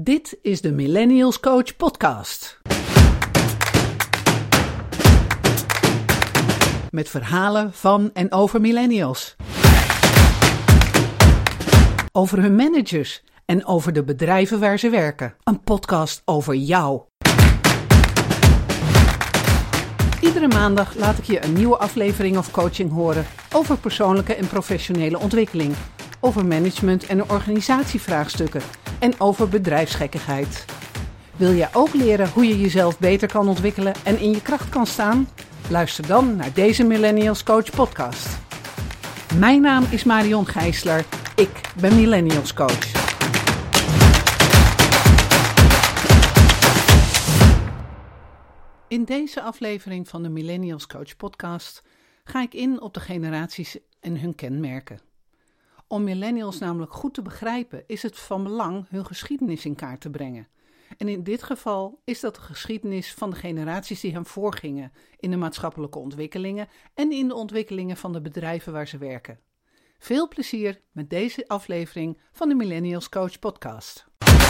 Dit is de Millennials Coach podcast. Met verhalen van en over millennials. Over hun managers en over de bedrijven waar ze werken. Een podcast over jou. Iedere maandag laat ik je een nieuwe aflevering of coaching horen over persoonlijke en professionele ontwikkeling, over management en organisatievraagstukken en over bedrijfsgekkigheid. Wil jij ook leren hoe je jezelf beter kan ontwikkelen en in je kracht kan staan? Luister dan naar deze Millennials Coach podcast. Mijn naam is Marion Gijsler. Ik ben Millennials Coach. In deze aflevering van de Millennials Coach podcast ga ik in op de generaties en hun kenmerken. Om millennials namelijk goed te begrijpen is het van belang hun geschiedenis in kaart te brengen. En in dit geval is dat de geschiedenis van de generaties die hen voorgingen in de maatschappelijke ontwikkelingen en in de ontwikkelingen van de bedrijven waar ze werken. Veel plezier met deze aflevering van de Millennials Coach podcast.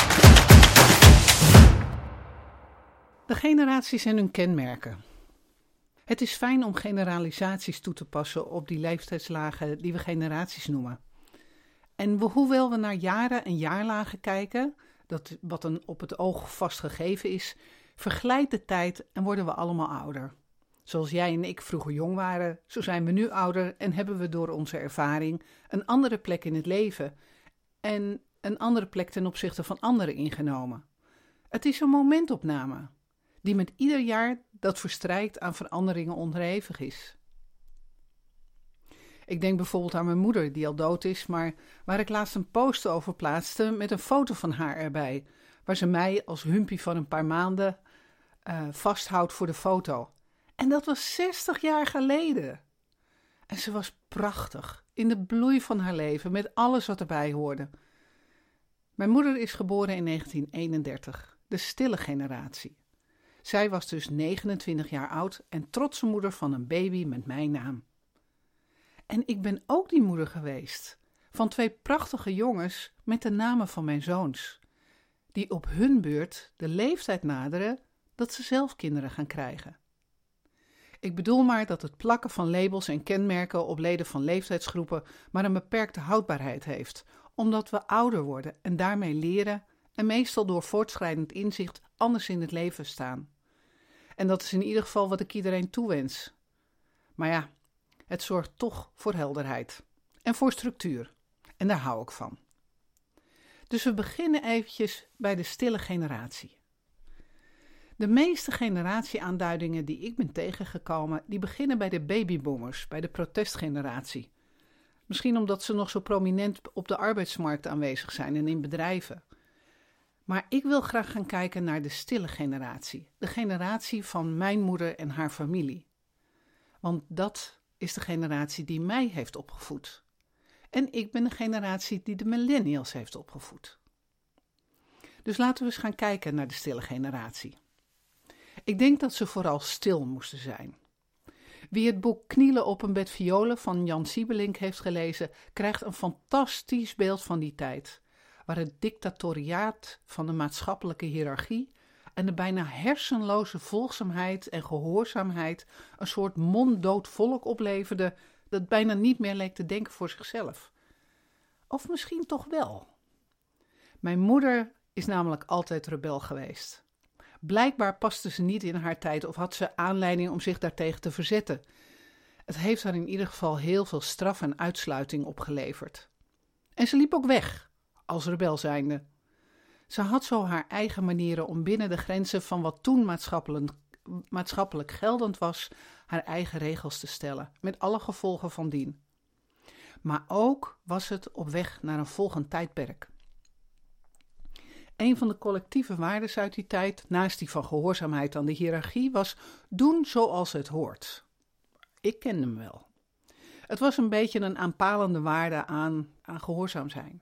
De generaties en hun kenmerken. Het is fijn om generalisaties toe te passen op die leeftijdslagen die we generaties noemen. En hoewel we naar jaren en jaarlagen kijken, dat wat op het oog vastgegeven is, verglijdt de tijd en worden we allemaal ouder. Zoals jij en ik vroeger jong waren, zo zijn we nu ouder en hebben we door onze ervaring een andere plek in het leven en een andere plek ten opzichte van anderen ingenomen. Het is een momentopname die met ieder jaar dat verstrijkt aan veranderingen onderhevig is. Ik denk bijvoorbeeld aan mijn moeder, die al dood is, maar waar ik laatst een post over plaatste met een foto van haar erbij, waar ze mij als humpie van een paar maanden vasthoudt voor de foto. En dat was 60 jaar geleden. En ze was prachtig, in de bloei van haar leven, met alles wat erbij hoorde. Mijn moeder is geboren in 1931, de stille generatie. Zij was dus 29 jaar oud en trotse moeder van een baby met mijn naam. En ik ben ook die moeder geweest, van 2 prachtige jongens met de namen van mijn zoons, die op hun beurt de leeftijd naderen dat ze zelf kinderen gaan krijgen. Ik bedoel maar dat het plakken van labels en kenmerken op leden van leeftijdsgroepen maar een beperkte houdbaarheid heeft, omdat we ouder worden en daarmee leren en meestal door voortschrijdend inzicht anders in het leven staan. En dat is in ieder geval wat ik iedereen toewens. Maar ja, het zorgt toch voor helderheid en voor structuur. En daar hou ik van. Dus we beginnen eventjes bij de stille generatie. De meeste generatieaanduidingen die ik ben tegengekomen, die beginnen bij de babyboomers, bij de protestgeneratie. Misschien omdat ze nog zo prominent op de arbeidsmarkt aanwezig zijn en in bedrijven. Maar ik wil graag gaan kijken naar de stille generatie. De generatie van mijn moeder en haar familie. Want dat is de generatie die mij heeft opgevoed. En ik ben de generatie die de millennials heeft opgevoed. Dus laten we eens gaan kijken naar de stille generatie. Ik denk dat ze vooral stil moesten zijn. Wie het boek Knielen op een bed violen van Jan Siebelink heeft gelezen, krijgt een fantastisch beeld van die tijd, waar het dictatoriaat van de maatschappelijke hiërarchie en de bijna hersenloze volgzaamheid en gehoorzaamheid een soort monddood volk opleverde dat bijna niet meer leek te denken voor zichzelf. Of misschien toch wel. Mijn moeder is namelijk altijd rebel geweest. Blijkbaar paste ze niet in haar tijd of had ze aanleiding om zich daartegen te verzetten. Het heeft haar in ieder geval heel veel straf en uitsluiting opgeleverd. En ze liep ook weg, als rebel zijnde. Ze had zo haar eigen manieren om binnen de grenzen van wat toen maatschappelijk geldend was, haar eigen regels te stellen, met alle gevolgen van dien. Maar ook was het op weg naar een volgend tijdperk. Een van de collectieve waarden uit die tijd, naast die van gehoorzaamheid aan de hiërarchie, was doen zoals het hoort. Ik ken hem wel. Het was een beetje een aanpalende waarde aan gehoorzaam zijn.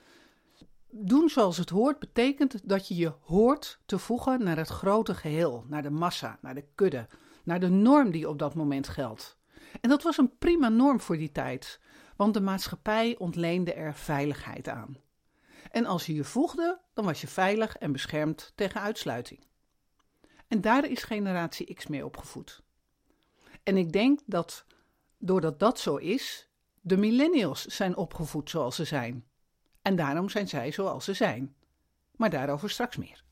Doen zoals het hoort betekent dat je je hoort te voegen naar het grote geheel, naar de massa, naar de kudde, naar de norm die op dat moment geldt. En dat was een prima norm voor die tijd, want de maatschappij ontleende er veiligheid aan. En als je je voegde, dan was je veilig en beschermd tegen uitsluiting. En daar is generatie X mee opgevoed. En ik denk dat, doordat dat zo is, de millennials zijn opgevoed zoals ze zijn. En daarom zijn zij zoals ze zijn. Maar daarover straks meer.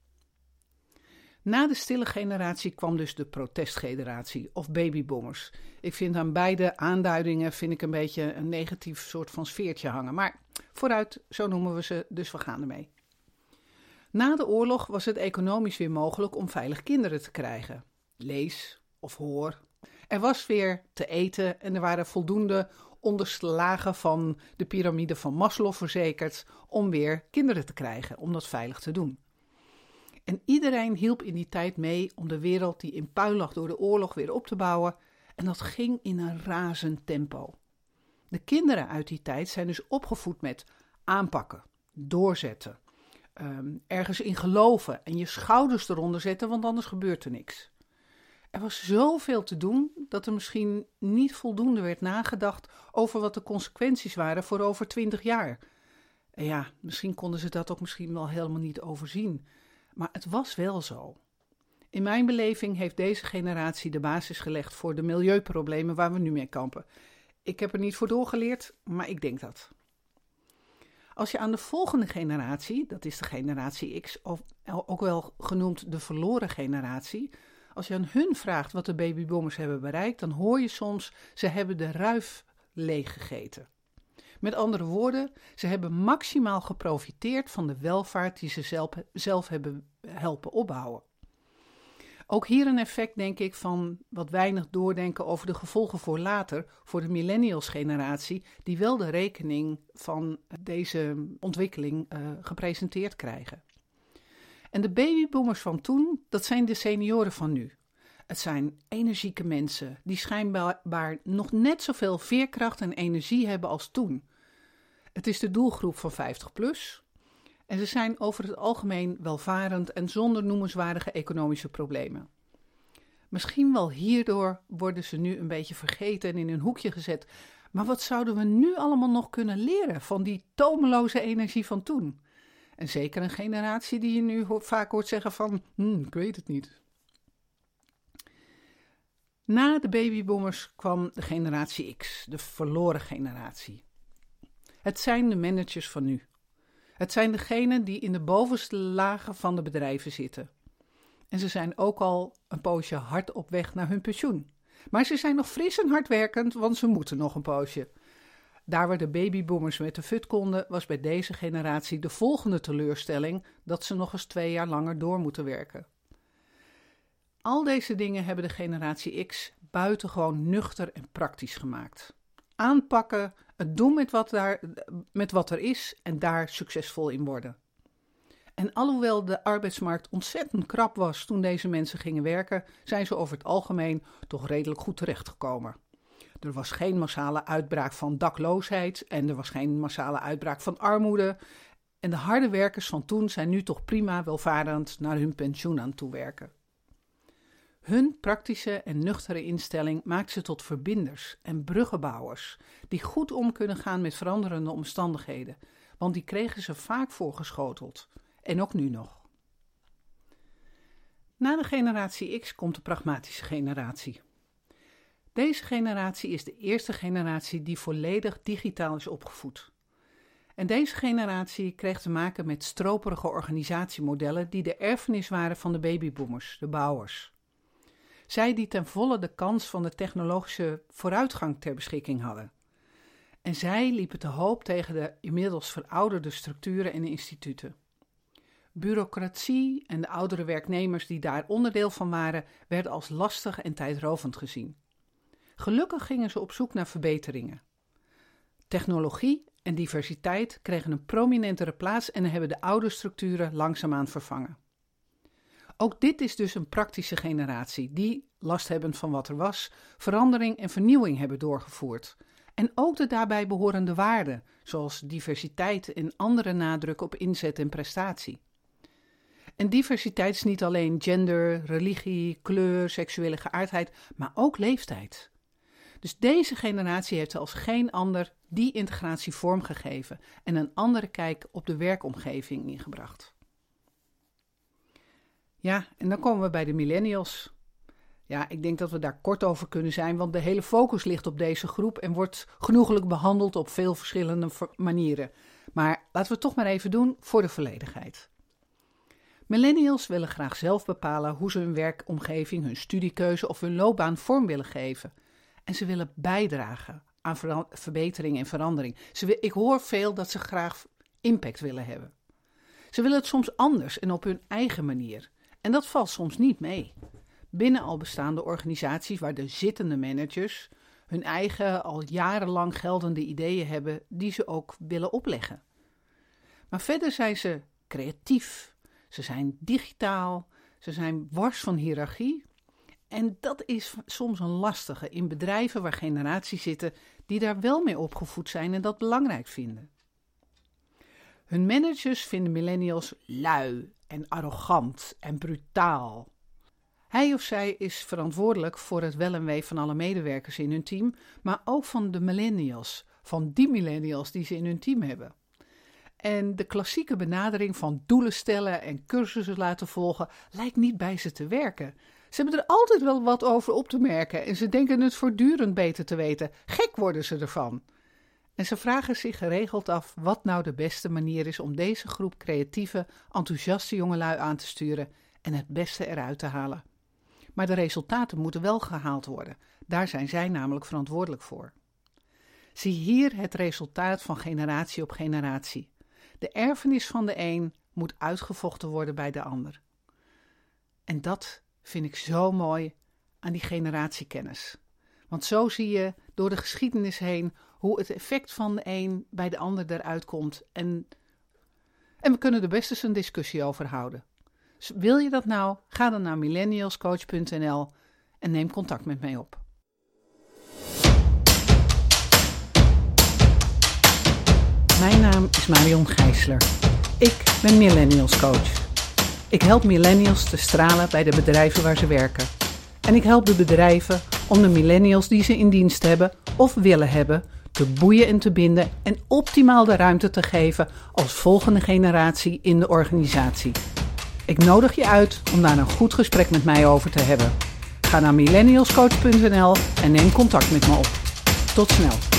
Na de stille generatie kwam dus de protestgeneratie of babyboomers. Ik vind aan beide aanduidingen een beetje een negatief soort van sfeertje hangen. Maar vooruit, zo noemen we ze, dus we gaan ermee. Na de oorlog was het economisch weer mogelijk om veilig kinderen te krijgen. Lees of hoor. Er was weer te eten en er waren voldoende onderste lagen van de piramide van Maslow verzekerd om weer kinderen te krijgen, om dat veilig te doen. En iedereen hielp in die tijd mee om de wereld die in puin lag door de oorlog weer op te bouwen. En dat ging in een razend tempo. De kinderen uit die tijd zijn dus opgevoed met aanpakken, doorzetten, ergens in geloven en je schouders eronder zetten, want anders gebeurt er niks. Er was zoveel te doen dat er misschien niet voldoende werd nagedacht over wat de consequenties waren voor over 20 jaar. En ja, misschien konden ze dat ook misschien wel helemaal niet overzien. Maar het was wel zo. In mijn beleving heeft deze generatie de basis gelegd voor de milieuproblemen waar we nu mee kampen. Ik heb er niet voor doorgeleerd, maar ik denk dat. Als je aan de volgende generatie, dat is de generatie X, of ook wel genoemd de verloren generatie, als je aan hun vraagt wat de babyboomers hebben bereikt, dan hoor je soms, ze hebben de ruif leeggegeten. Met andere woorden, ze hebben maximaal geprofiteerd van de welvaart die ze zelf hebben helpen opbouwen. Ook hier een effect, denk ik, van wat weinig doordenken over de gevolgen voor later, voor de millennials generatie, die wel de rekening van deze ontwikkeling gepresenteerd krijgen. En de babyboomers van toen, dat zijn de senioren van nu. Het zijn energieke mensen die schijnbaar nog net zoveel veerkracht en energie hebben als toen. Het is de doelgroep van 50 plus. En ze zijn over het algemeen welvarend en zonder noemenswaardige economische problemen. Misschien wel hierdoor worden ze nu een beetje vergeten en in een hoekje gezet. Maar wat zouden we nu allemaal nog kunnen leren van die tomeloze energie van toen? En zeker een generatie die je nu vaak hoort zeggen van, ik weet het niet. Na de babyboomers kwam de generatie X, de verloren generatie. Het zijn de managers van nu. Het zijn degenen die in de bovenste lagen van de bedrijven zitten. En ze zijn ook al een poosje hard op weg naar hun pensioen. Maar ze zijn nog fris en hardwerkend, want ze moeten nog een poosje. Daar waar de babyboomers met de fut konden, was bij deze generatie de volgende teleurstelling dat ze nog eens 2 jaar langer door moeten werken. Al deze dingen hebben de generatie X buitengewoon nuchter en praktisch gemaakt. Aanpakken, het doen met wat er is en daar succesvol in worden. En alhoewel de arbeidsmarkt ontzettend krap was toen deze mensen gingen werken, zijn ze over het algemeen toch redelijk goed terechtgekomen. Er was geen massale uitbraak van dakloosheid en er was geen massale uitbraak van armoede. En de harde werkers van toen zijn nu toch prima welvarend naar hun pensioen aan toe werken. Hun praktische en nuchtere instelling maakt ze tot verbinders en bruggenbouwers die goed om kunnen gaan met veranderende omstandigheden, want die kregen ze vaak voorgeschoteld. En ook nu nog. Na de generatie X komt de pragmatische generatie. Deze generatie is de eerste generatie die volledig digitaal is opgevoed. En deze generatie kreeg te maken met stroperige organisatiemodellen die de erfenis waren van de babyboomers, de bouwers. Zij die ten volle de kans van de technologische vooruitgang ter beschikking hadden. En zij liepen te hoop tegen de inmiddels verouderde structuren en instituten. Bureaucratie en de oudere werknemers die daar onderdeel van waren, werden als lastig en tijdrovend gezien. Gelukkig gingen ze op zoek naar verbeteringen. Technologie en diversiteit kregen een prominentere plaats en hebben de oude structuren langzaamaan vervangen. Ook dit is dus een praktische generatie die, last van wat er was, verandering en vernieuwing hebben doorgevoerd. En ook de daarbij behorende waarden, zoals diversiteit en andere nadruk op inzet en prestatie. En diversiteit is niet alleen gender, religie, kleur, seksuele geaardheid, maar ook leeftijd. Dus deze generatie heeft als geen ander die integratie vormgegeven en een andere kijk op de werkomgeving ingebracht. Ja, en dan komen we bij de millennials. Ja, ik denk dat we daar kort over kunnen zijn, want de hele focus ligt op deze groep en wordt genoeglijk behandeld op veel verschillende manieren. Maar laten we het toch maar even doen voor de volledigheid. Millennials willen graag zelf bepalen hoe ze hun werkomgeving, hun studiekeuze of hun loopbaan vorm willen geven. En ze willen bijdragen aan verbetering en verandering. Ik hoor veel dat ze graag impact willen hebben. Ze willen het soms anders en op hun eigen manier. En dat valt soms niet mee. Binnen al bestaande organisaties waar de zittende managers hun eigen al jarenlang geldende ideeën hebben die ze ook willen opleggen. Maar verder zijn ze creatief, ze zijn digitaal, ze zijn wars van hiërarchie. En dat is soms een lastige in bedrijven waar generaties zitten die daar wel mee opgevoed zijn en dat belangrijk vinden. Hun managers vinden millennials lui en arrogant en brutaal. Hij of zij is verantwoordelijk voor het wel en wee van alle medewerkers in hun team, maar ook van de millennials, van die millennials die ze in hun team hebben. En de klassieke benadering van doelen stellen en cursussen laten volgen lijkt niet bij ze te werken. Ze hebben er altijd wel wat over op te merken en ze denken het voortdurend beter te weten. Gek worden ze ervan. En ze vragen zich geregeld af wat nou de beste manier is om deze groep creatieve, enthousiaste jongelui aan te sturen en het beste eruit te halen. Maar de resultaten moeten wel gehaald worden. Daar zijn zij namelijk verantwoordelijk voor. Zie hier het resultaat van generatie op generatie. De erfenis van de een moet uitgevochten worden bij de ander. En dat vind ik zo mooi aan die generatiekennis. Want zo zie je door de geschiedenis heen hoe het effect van de een bij de ander eruit komt. En we kunnen er best eens een discussie over houden. Dus wil je dat nou? Ga dan naar millennialscoach.nl en neem contact met mij op. Mijn naam is Marion Gijsler. Ik ben Millennials Coach. Ik help millennials te stralen bij de bedrijven waar ze werken. En ik help de bedrijven om de millennials die ze in dienst hebben of willen hebben te boeien en te binden en optimaal de ruimte te geven als volgende generatie in de organisatie. Ik nodig je uit om daar een goed gesprek met mij over te hebben. Ga naar millennialscoach.nl en neem contact met me op. Tot snel.